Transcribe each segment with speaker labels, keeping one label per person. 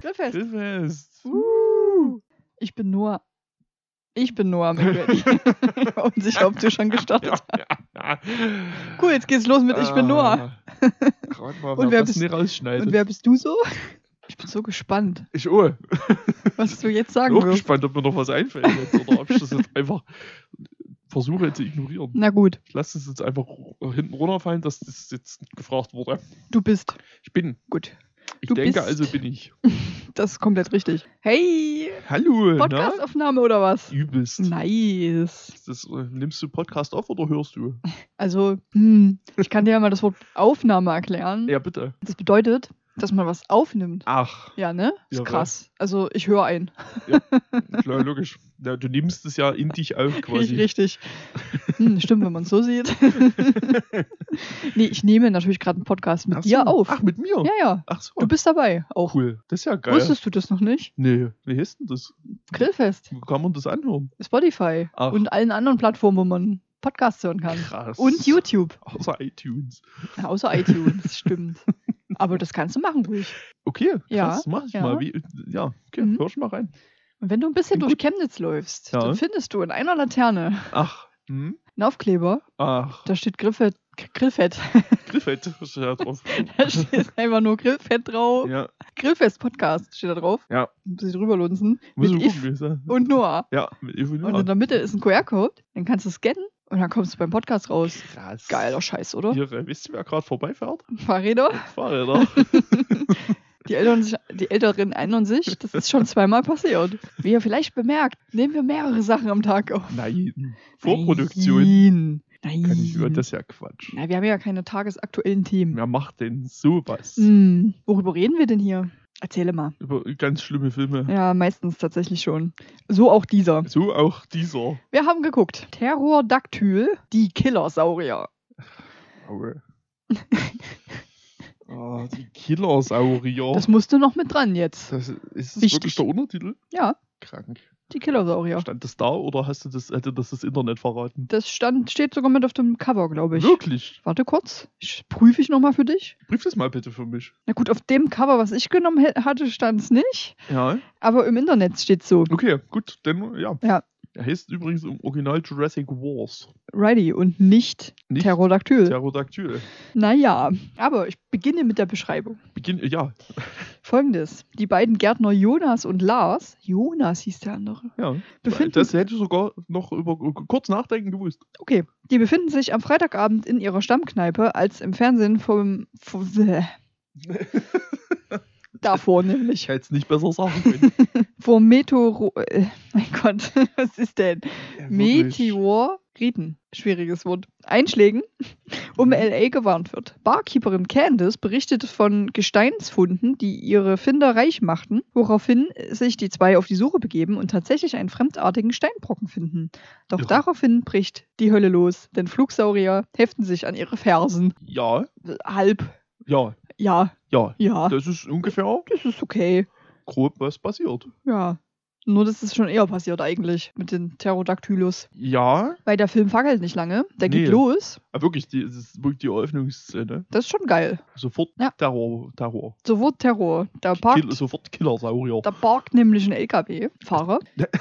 Speaker 1: Grillfest.
Speaker 2: Grillfest.
Speaker 1: Ich bin Noah McReady. Unsicher, ob du schon gestartet hast.
Speaker 2: Ja.
Speaker 1: Cool, jetzt geht's los mit Ich bin Noah.
Speaker 2: Gerade mal,
Speaker 1: Und wer bist-
Speaker 2: rausschneidet.
Speaker 1: Und wer bist du so? Ich bin so gespannt,
Speaker 2: Ich
Speaker 1: was du jetzt sagen
Speaker 2: bin auch
Speaker 1: wirst.
Speaker 2: gespannt, ob mir noch was einfällt jetzt, oder ob ich das jetzt einfach versuche zu ignorieren.
Speaker 1: Na gut,
Speaker 2: Ich lasse es jetzt einfach hinten runterfallen, dass das jetzt gefragt wurde.
Speaker 1: du bist.
Speaker 2: Ich bin.
Speaker 1: Gut,
Speaker 2: Ich
Speaker 1: Du
Speaker 2: denke,
Speaker 1: bist.
Speaker 2: also bin ich.
Speaker 1: das ist komplett richtig. Hey,
Speaker 2: Hallo,
Speaker 1: Podcastaufnahme oder was?
Speaker 2: Übelst.
Speaker 1: Nice.
Speaker 2: Nimmst du Podcast auf oder hörst du?
Speaker 1: Also, ich kann dir ja mal das Wort Aufnahme erklären.
Speaker 2: Ja, bitte.
Speaker 1: Das bedeutet, dass man was aufnimmt.
Speaker 2: Ach,
Speaker 1: Ja, ne? Ist
Speaker 2: Ja,
Speaker 1: krass. Also, ich höre ein.
Speaker 2: klar, logisch. Ja, du nimmst es ja in dich auf quasi.
Speaker 1: Richtig. Stimmt, wenn man es so sieht. Nee, ich nehme natürlich gerade einen Podcast mit
Speaker 2: Ach
Speaker 1: dir
Speaker 2: so.
Speaker 1: auf.
Speaker 2: Ach, mit mir?
Speaker 1: Ja, ja.
Speaker 2: Ach so.
Speaker 1: Du bist dabei auch.
Speaker 2: Cool. Das ist ja geil.
Speaker 1: Wusstest du das noch nicht?
Speaker 2: Nee, wie heißt denn das?
Speaker 1: Grillfest,
Speaker 2: Wo kann man das anhören?
Speaker 1: Spotify
Speaker 2: Ach.
Speaker 1: und allen anderen Plattformen, wo man Podcasts hören kann.
Speaker 2: Krass.
Speaker 1: Und YouTube.
Speaker 2: Außer iTunes.
Speaker 1: Ja, außer iTunes, stimmt. Aber das kannst du machen ruhig.
Speaker 2: Okay,
Speaker 1: Ja,
Speaker 2: krass, mach ich
Speaker 1: ja.
Speaker 2: mal. Ja, okay,
Speaker 1: Mhm.
Speaker 2: hör schon mal rein.
Speaker 1: Und wenn du ein bisschen
Speaker 2: Klingt
Speaker 1: durch Chemnitz läufst,
Speaker 2: Ja.
Speaker 1: dann findest du in einer Laterne
Speaker 2: Ach,
Speaker 1: einen Aufkleber.
Speaker 2: Ach,
Speaker 1: Da steht Grillfett.
Speaker 2: Grillfett steht da drauf.
Speaker 1: Da steht einfach nur Grillfett drauf.
Speaker 2: Ja,
Speaker 1: Grillfest Podcast steht da drauf.
Speaker 2: ja.
Speaker 1: Muss ich drüber lunzen.
Speaker 2: Muss
Speaker 1: Mit
Speaker 2: ich
Speaker 1: If
Speaker 2: gucken, wie ist das?
Speaker 1: und Noah.
Speaker 2: Ja, mit If und
Speaker 1: Und in
Speaker 2: Noah.
Speaker 1: der Mitte ist ein QR-Code. Den kannst du scannen und dann kommst du beim Podcast raus.
Speaker 2: Krass.
Speaker 1: Geiler Scheiß, oder?
Speaker 2: Hier, wisst ihr, wer gerade vorbeifährt?
Speaker 1: Fahrräder.
Speaker 2: Fahrräder.
Speaker 1: Die Älteren erinnern sich, das ist schon zweimal passiert. Wie ihr vielleicht bemerkt, nehmen wir mehrere Sachen am Tag auf.
Speaker 2: Nein. Vorproduktion.
Speaker 1: Nein.
Speaker 2: Kann ich über, das ist ja Quatsch.
Speaker 1: Na, wir haben ja keine tagesaktuellen Themen.
Speaker 2: Wer macht denn sowas?
Speaker 1: Worüber reden wir denn hier? Erzähle mal.
Speaker 2: Über ganz schlimme Filme.
Speaker 1: Ja, meistens tatsächlich schon. So auch dieser.
Speaker 2: So auch dieser.
Speaker 1: Wir haben geguckt. Pterodactyl, die Killersaurier.
Speaker 2: Aue. Die Killersaurier.
Speaker 1: Das musst du noch mit dran jetzt.
Speaker 2: Ist das
Speaker 1: Wichtig.
Speaker 2: wirklich der Untertitel?
Speaker 1: Ja,
Speaker 2: Krank.
Speaker 1: die Killersaurier.
Speaker 2: Stand das da oder hätte das Internet verraten?
Speaker 1: Das steht sogar mit auf dem Cover, glaube ich.
Speaker 2: Wirklich?
Speaker 1: Warte kurz. Prüfe ich nochmal für dich.
Speaker 2: Prüf das mal bitte für mich.
Speaker 1: Na gut, auf dem Cover, was ich genommen hatte, stand es nicht.
Speaker 2: Ja.
Speaker 1: Aber im Internet steht so.
Speaker 2: Okay, gut, dann ja.
Speaker 1: Ja.
Speaker 2: Er heißt übrigens im Original Jurassic Wars.
Speaker 1: Righty und nicht
Speaker 2: Nicht
Speaker 1: Pterodactyl.
Speaker 2: Pterodactyl.
Speaker 1: Naja, aber ich beginne mit der Beschreibung.
Speaker 2: Ja.
Speaker 1: Folgendes. Die beiden Gärtner Jonas und Lars, Jonas hieß der andere,
Speaker 2: Ja.
Speaker 1: befinden,
Speaker 2: Das hätte ich sogar noch über kurz nachdenken gewusst.
Speaker 1: okay, die befinden sich am Freitagabend in ihrer Stammkneipe, als im Fernsehen davor nämlich,
Speaker 2: Ich hätte es nicht besser sagen können.
Speaker 1: vor mein Gott, was ist denn? Meteoriten, schwieriges Wort, Einschlägen um L.A. gewarnt wird. Barkeeperin Candice berichtet von Gesteinsfunden, die ihre Finder reich machten, woraufhin sich die zwei auf die Suche begeben und tatsächlich einen fremdartigen Steinbrocken finden. Doch
Speaker 2: Ja.
Speaker 1: daraufhin bricht die Hölle los, denn Flugsaurier heften sich an ihre Fersen.
Speaker 2: Ja,
Speaker 1: Halb.
Speaker 2: ja,
Speaker 1: Ja,
Speaker 2: ja.
Speaker 1: ja,
Speaker 2: Das ist ungefähr
Speaker 1: das ist okay.
Speaker 2: grob, was passiert.
Speaker 1: Ja. Nur das ist schon eher passiert eigentlich mit den Pterodactylus.
Speaker 2: Ja,
Speaker 1: Weil der Film fackelt nicht lange. Der geht
Speaker 2: Nee.
Speaker 1: los.
Speaker 2: wirklich, das ist wirklich die Eröffnungsszene.
Speaker 1: Das ist schon geil.
Speaker 2: Sofort
Speaker 1: Ja.
Speaker 2: Terror.
Speaker 1: Sofort Terror. Da parkt,
Speaker 2: Sofort Killersaurier.
Speaker 1: da parkt nämlich ein LKW-Fahrer.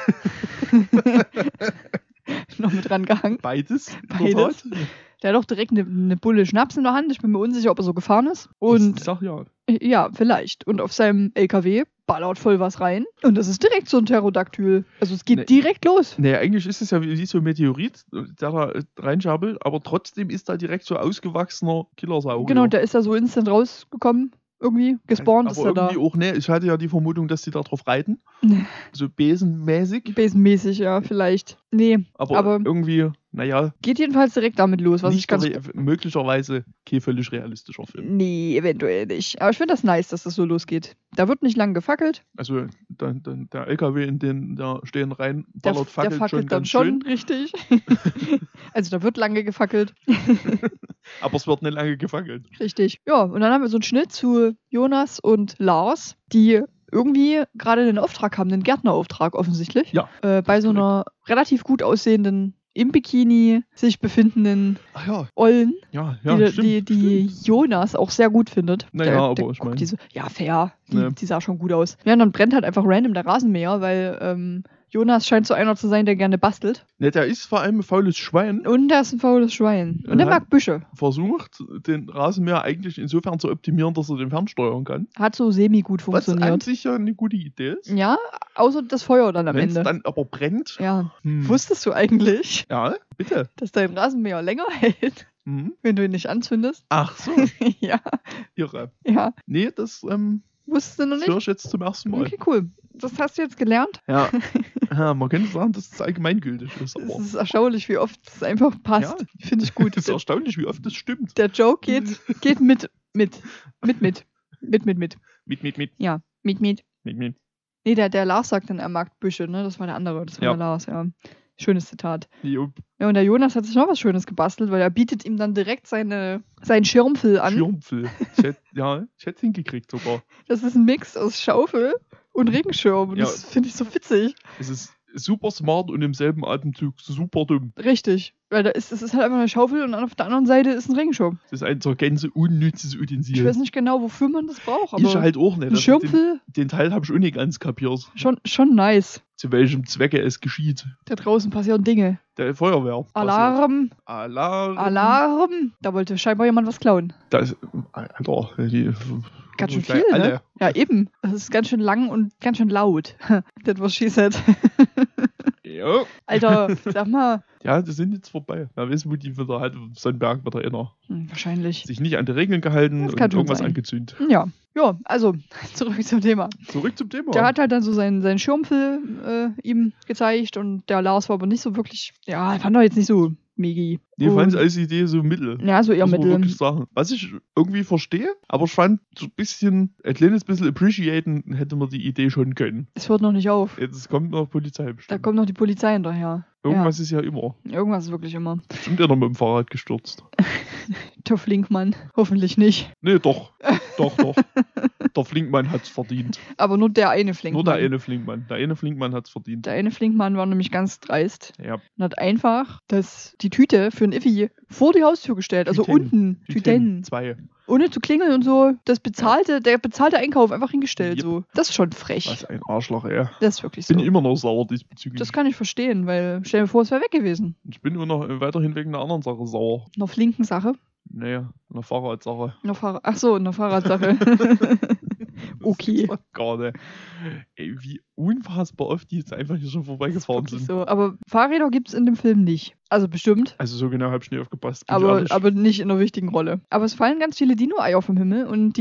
Speaker 1: Noch mit dran gehangen.
Speaker 2: Beides. in der
Speaker 1: Beides.
Speaker 2: Tat.
Speaker 1: Der hat doch direkt eine Bulle Schnaps in der Hand. Ich bin mir unsicher, ob er so gefahren ist. Und
Speaker 2: Ich sag ja.
Speaker 1: ja, vielleicht. Und auf seinem LKW ballert voll was rein. Und das ist direkt so ein Pterodactyl. Also es geht
Speaker 2: Nee.
Speaker 1: direkt los.
Speaker 2: Nee, eigentlich ist es ja wie so ein Meteorit, der da reinschabbelt, aber trotzdem ist da direkt so ausgewachsener Killersaurier.
Speaker 1: Genau, der ist da so instant rausgekommen. Irgendwie gespawnt ist
Speaker 2: aber
Speaker 1: er da.
Speaker 2: irgendwie auch, ne, ich hatte ja die Vermutung, dass die da drauf reiten.
Speaker 1: Nee.
Speaker 2: So besenmäßig.
Speaker 1: Besenmäßig, ja, vielleicht. Nee,
Speaker 2: Aber irgendwie, naja,
Speaker 1: geht jedenfalls direkt damit los, was ich
Speaker 2: nicht
Speaker 1: ganz.
Speaker 2: möglicherweise kein völlig realistischer Film.
Speaker 1: Nee, eventuell nicht. Aber ich finde das nice, dass das so losgeht. Da wird nicht lang gefackelt.
Speaker 2: Also der LKW, in den da stehen rein,
Speaker 1: Der
Speaker 2: ballert,
Speaker 1: fackelt
Speaker 2: fackelt schon
Speaker 1: dann
Speaker 2: ganz
Speaker 1: schon,
Speaker 2: schön.
Speaker 1: richtig. Also da wird lange gefackelt.
Speaker 2: Aber es wird nicht lange gefackelt.
Speaker 1: Richtig. Ja, und dann haben wir so einen Schnitt zu Jonas und Lars, die irgendwie gerade einen Auftrag haben, einen Gärtnerauftrag offensichtlich.
Speaker 2: Ja,
Speaker 1: Bei so einer relativ gut aussehenden im Bikini sich befindenden
Speaker 2: Ach ja,
Speaker 1: Ollen,
Speaker 2: stimmt.
Speaker 1: die
Speaker 2: stimmt.
Speaker 1: Jonas auch sehr gut findet.
Speaker 2: Naja, aber ich
Speaker 1: guckt
Speaker 2: meine.
Speaker 1: die so, ja, fair,
Speaker 2: Ne.
Speaker 1: die sah schon gut aus. Ja, und dann brennt halt einfach random der Rasenmäher, weil Jonas scheint so einer zu sein, der gerne bastelt.
Speaker 2: Ne, der ist vor allem ein faules Schwein.
Speaker 1: Und er ist ein faules Schwein. Und er
Speaker 2: Ja.
Speaker 1: mag Büsche.
Speaker 2: Versucht, den Rasenmäher eigentlich insofern zu optimieren, dass er den fernsteuern kann.
Speaker 1: Hat so semi-gut
Speaker 2: Was an
Speaker 1: funktioniert.
Speaker 2: sich ja eine gute Idee ist.
Speaker 1: Ja, außer das Feuer dann am
Speaker 2: Wenn es
Speaker 1: Ende.
Speaker 2: dann aber brennt.
Speaker 1: Ja.
Speaker 2: Hm.
Speaker 1: Wusstest du eigentlich,
Speaker 2: Ja, bitte.
Speaker 1: dass dein Rasenmäher länger hält,
Speaker 2: Hm.
Speaker 1: wenn du ihn nicht anzündest?
Speaker 2: Ach so,
Speaker 1: Ja,
Speaker 2: irre.
Speaker 1: ja.
Speaker 2: Nee, das
Speaker 1: Wusstest du noch
Speaker 2: höre
Speaker 1: nicht?
Speaker 2: ich jetzt zum ersten Mal.
Speaker 1: Okay, cool. Das hast du jetzt gelernt.
Speaker 2: Ja. Ja, man könnte sagen, dass es allgemeingültig ist.
Speaker 1: Es
Speaker 2: Aber
Speaker 1: ist erstaunlich, wie oft es einfach passt.
Speaker 2: Ja.
Speaker 1: Finde ich gut.
Speaker 2: es ist erstaunlich, wie oft das stimmt.
Speaker 1: Der Joke geht mit. Mit.
Speaker 2: Mit.
Speaker 1: Ja, mit. Nee, der Lars sagt dann, er mag Büsche, ne? Das war der andere. Das war
Speaker 2: Ja.
Speaker 1: der Lars, ja. Schönes Zitat.
Speaker 2: Jo,
Speaker 1: Ja, und der Jonas hat sich noch was Schönes gebastelt, weil er bietet ihm dann direkt seinen Schirmfüll an.
Speaker 2: Schirmfüll. Ich hätte hingekriegt sogar.
Speaker 1: Das ist ein Mix aus Schaufel und Regenschirm. Und
Speaker 2: Ja.
Speaker 1: das finde ich so witzig.
Speaker 2: Es ist super smart und im selben Atemzug super dumm.
Speaker 1: Richtig. Weil es ist halt einfach eine Schaufel und auf der anderen Seite ist ein Regenschirm.
Speaker 2: Das ist ein zur Gänze unnützes
Speaker 1: Ich
Speaker 2: Utensil.
Speaker 1: weiß nicht genau, wofür man das braucht, aber
Speaker 2: Ich halt auch nicht.
Speaker 1: ein
Speaker 2: Also
Speaker 1: Schirmfüll,
Speaker 2: den Teil habe ich auch nicht ganz kapiert.
Speaker 1: schon nice.
Speaker 2: Zu welchem Zwecke es geschieht.
Speaker 1: Da draußen passieren Dinge.
Speaker 2: Der Feuerwehr.
Speaker 1: Alarm,
Speaker 2: Alarm.
Speaker 1: Da wollte scheinbar jemand was klauen.
Speaker 2: Das, Alter, die
Speaker 1: Ganz schön
Speaker 2: gleich
Speaker 1: viel,
Speaker 2: alle.
Speaker 1: ne? Ja, eben. Das ist ganz schön lang und ganz schön laut. That was she said.
Speaker 2: Ja.
Speaker 1: Alter, sag mal.
Speaker 2: Ja, die sind jetzt vorbei. Da wissen wir, die wieder halt so ein Berg wird erinnern.
Speaker 1: Wahrscheinlich.
Speaker 2: Sich nicht an die Regeln gehalten
Speaker 1: Das
Speaker 2: und
Speaker 1: kann schon
Speaker 2: irgendwas
Speaker 1: sein.
Speaker 2: angezündet.
Speaker 1: Ja, also, zurück zum Thema.
Speaker 2: Zurück zum Thema.
Speaker 1: Der hat halt dann so seinen Schirmfüll ihm gezeigt und der Lars war aber nicht so wirklich, ja, fand er jetzt nicht so megi.
Speaker 2: Nee, fand ich
Speaker 1: Und-
Speaker 2: als Idee so mittel.
Speaker 1: Ja, so eher
Speaker 2: Muss man
Speaker 1: mittel.
Speaker 2: wirklich sagen. Was ich irgendwie verstehe, aber ich fand so ein kleines bisschen appreciaten hätte man die Idee schon können.
Speaker 1: Es hört noch nicht auf.
Speaker 2: Jetzt kommt noch Polizei
Speaker 1: Da
Speaker 2: bestimmt.
Speaker 1: kommt noch die Polizei hinterher.
Speaker 2: Irgendwas ist ja immer.
Speaker 1: Ja, irgendwas ist wirklich immer.
Speaker 2: Bestimmt einer mit dem Fahrrad gestürzt.
Speaker 1: Der Flinkmann. Hoffentlich nicht.
Speaker 2: Nee, doch. Doch. Der Flinkmann hat's verdient.
Speaker 1: Aber nur der eine Flinkmann.
Speaker 2: Nur der eine Flinkmann. Der eine Flinkmann hat's verdient.
Speaker 1: Der eine Flinkmann war nämlich ganz dreist
Speaker 2: Ja.
Speaker 1: und hat einfach die Tüte für einen Iffi vor die Haustür gestellt. Also
Speaker 2: Tüten.
Speaker 1: unten. Tüten.
Speaker 2: 2.
Speaker 1: Ohne zu klingeln und so. Der bezahlte Einkauf einfach hingestellt.
Speaker 2: Yep.
Speaker 1: So. Das ist schon frech.
Speaker 2: Was ein Arschloch, ey.
Speaker 1: Das ist wirklich so.
Speaker 2: Bin immer noch sauer diesbezüglich.
Speaker 1: Das kann ich verstehen, weil stell dir vor, es wäre weg gewesen.
Speaker 2: Ich bin nur noch weiterhin wegen einer anderen Sache sauer.
Speaker 1: Einer flinken Sache.
Speaker 2: Nee, einer Fahrradsache.
Speaker 1: Eine Fahrradsache. Okay.
Speaker 2: Das war gerade. Ey, wie unfassbar oft die jetzt einfach hier schon vorbeigefahren
Speaker 1: Wirklich
Speaker 2: sind.
Speaker 1: so. Aber Fahrräder gibt es in dem Film nicht. Also bestimmt.
Speaker 2: Also so genau habe ich nicht aufgepasst. bin ich ehrlich.
Speaker 1: Aber nicht in einer wichtigen Rolle. Aber es fallen ganz viele Dino-Eier vom Himmel und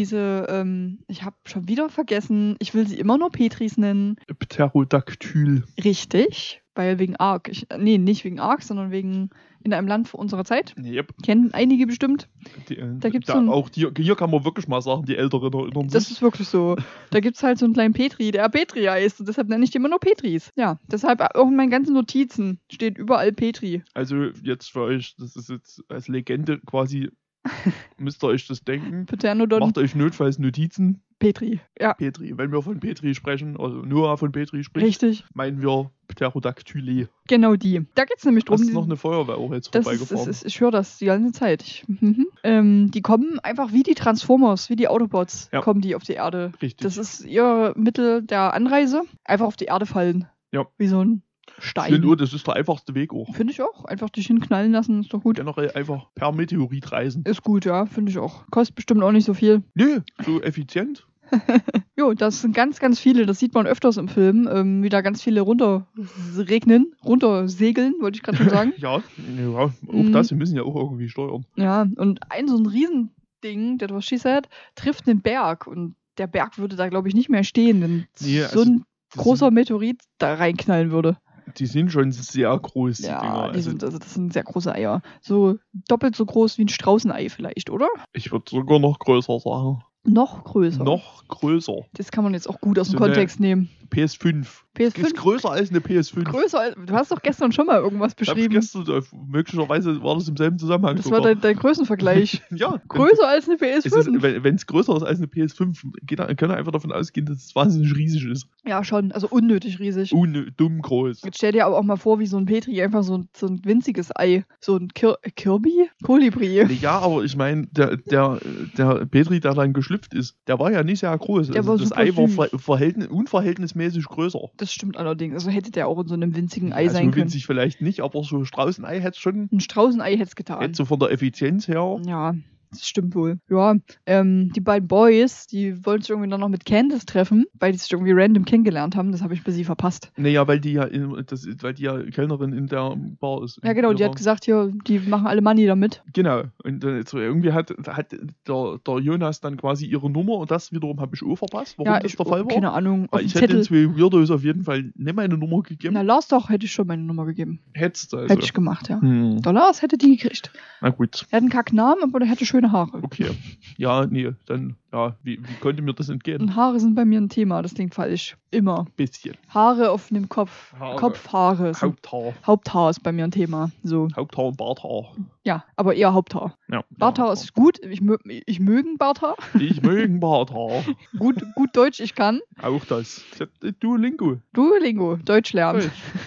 Speaker 1: ich habe schon wieder vergessen, ich will sie immer nur Petris nennen.
Speaker 2: Pterodactyl.
Speaker 1: Richtig, weil wegen Ark. Nee, nicht wegen Ark, sondern wegen In einem Land vor unserer Zeit.
Speaker 2: Yep.
Speaker 1: Kennen einige bestimmt. Da gibt's so ein-
Speaker 2: auch hier kann man wirklich mal sagen, die Älteren erinnern
Speaker 1: Das
Speaker 2: sich.
Speaker 1: ist wirklich so. Da gibt es halt so einen kleinen Petri, der Petri heißt. Und deshalb nenne ich die immer nur Petris. Ja, deshalb auch in meinen ganzen Notizen steht überall Petri.
Speaker 2: Also jetzt für euch, das ist jetzt als Legende quasi, müsst ihr euch das denken.
Speaker 1: Pternodon
Speaker 2: Macht euch notfalls Notizen.
Speaker 1: Petri. Ja,
Speaker 2: Petri. Wenn wir von Petri sprechen, also Noah von Petri spricht,
Speaker 1: richtig.
Speaker 2: meinen wir Pterodactyli.
Speaker 1: Genau die. Da geht es nämlich
Speaker 2: Da
Speaker 1: drum.
Speaker 2: ist noch eine Feuerwehr auch jetzt
Speaker 1: Das
Speaker 2: vorbeigefahren.
Speaker 1: ich höre das die ganze Zeit. Die kommen einfach wie die Transformers, wie die Autobots,
Speaker 2: Ja.
Speaker 1: kommen die auf die Erde.
Speaker 2: Richtig.
Speaker 1: Das ist ihr Mittel der Anreise. Einfach auf die Erde fallen.
Speaker 2: Ja.
Speaker 1: Wie so ein Stein.
Speaker 2: Das ist der einfachste Weg auch.
Speaker 1: Finde ich auch. Einfach dich hinknallen lassen, ist doch gut.
Speaker 2: Generell einfach per Meteorit reisen.
Speaker 1: Ist gut, ja, finde ich auch. Kostet bestimmt auch nicht so viel.
Speaker 2: Nö, so effizient.
Speaker 1: Jo, das sind ganz, ganz viele, das sieht man öfters im Film, wie da ganz viele runtersegeln, wollte ich gerade schon sagen.
Speaker 2: Ja, auch
Speaker 1: Mhm.
Speaker 2: das, wir müssen ja auch irgendwie steuern.
Speaker 1: Ja, und so ein Riesending, das was she said, trifft einen Berg und der Berg würde da, glaube ich, nicht mehr stehen, wenn
Speaker 2: Nee,
Speaker 1: so
Speaker 2: also
Speaker 1: ein großer Meteorit da reinknallen würde.
Speaker 2: Die sind schon sehr groß, die Dinger.
Speaker 1: Ja,
Speaker 2: Also,
Speaker 1: das sind sehr große Eier. So doppelt so groß wie ein Straußenei vielleicht, oder?
Speaker 2: ich würde sogar noch größer sagen.
Speaker 1: Noch größer.
Speaker 2: Noch größer.
Speaker 1: Das kann man jetzt auch gut aus dem
Speaker 2: So eine-
Speaker 1: Kontext nehmen.
Speaker 2: PS5.
Speaker 1: PS5?
Speaker 2: Ist größer als eine PS5.
Speaker 1: Du hast doch gestern schon mal irgendwas beschrieben.
Speaker 2: Möglicherweise war das im selben Zusammenhang.
Speaker 1: Das war dein Größenvergleich.
Speaker 2: Ja.
Speaker 1: Größer als eine PS5.
Speaker 2: Wenn es größer ist als eine PS5, können wir einfach davon ausgehen, dass es wahnsinnig riesig ist.
Speaker 1: Ja, schon. Also unnötig riesig.
Speaker 2: Dumm groß.
Speaker 1: Jetzt stell dir aber auch mal vor, wie so ein Petri einfach so ein winziges Ei. So ein Kirby? Kolibri.
Speaker 2: Ja, aber ich meine, der Petri, der dann geschlüpft ist, der war ja nicht sehr groß.
Speaker 1: Der war
Speaker 2: das
Speaker 1: super
Speaker 2: Ei war
Speaker 1: süß.
Speaker 2: unverhältnismäßig größer.
Speaker 1: Das stimmt allerdings. Also hätte der auch in so einem winzigen Ei
Speaker 2: Also
Speaker 1: sein können.
Speaker 2: winzig vielleicht nicht, aber so Straußenei hätte es schon.
Speaker 1: Ein Straußenei hätte es getan.
Speaker 2: Jetzt so von der Effizienz her.
Speaker 1: Ja, das stimmt wohl. Ja, die beiden Boys, die wollten sich irgendwie dann noch mit Candace treffen, weil die sich irgendwie random kennengelernt haben. Das habe ich bei sie verpasst.
Speaker 2: Naja, weil die ja Kellnerin in der Bar ist.
Speaker 1: Ja, genau. Die hat gesagt, hier, die machen alle Money damit.
Speaker 2: Genau. Und so irgendwie hat der Jonas dann quasi ihre Nummer und das wiederum habe ich auch verpasst. Warum das der Fall war?
Speaker 1: Keine Ahnung.
Speaker 2: Weil ich hätte den zwei Weirdos auf jeden Fall nicht meine Nummer gegeben.
Speaker 1: Na, Lars doch, hätte ich schon meine Nummer gegeben.
Speaker 2: Hättest du also.
Speaker 1: Hätte ich gemacht, ja. Der Lars hätte die gekriegt.
Speaker 2: Na gut.
Speaker 1: Er hat einen Kacknamen, aber der hätte schöne Haare.
Speaker 2: Okay. Ja, nee, dann, ja, wie konnte mir das entgehen?
Speaker 1: Und Haare sind bei mir ein Thema, das klingt falsch. Immer.
Speaker 2: Bisschen.
Speaker 1: Haare auf dem Kopf.
Speaker 2: Haare.
Speaker 1: Kopfhaare.
Speaker 2: Haupthaar.
Speaker 1: Haupthaar ist bei mir ein Thema. So.
Speaker 2: Haupthaar und Barthaar.
Speaker 1: Ja, aber eher Haupthaar.
Speaker 2: Ja.
Speaker 1: Barthaar ist gut. Ich mögen Barthaar.
Speaker 2: Ich mögen Barthaar.
Speaker 1: gut Deutsch, ich kann.
Speaker 2: Auch das. Duolingo.
Speaker 1: Duolingo, Deutsch lernen.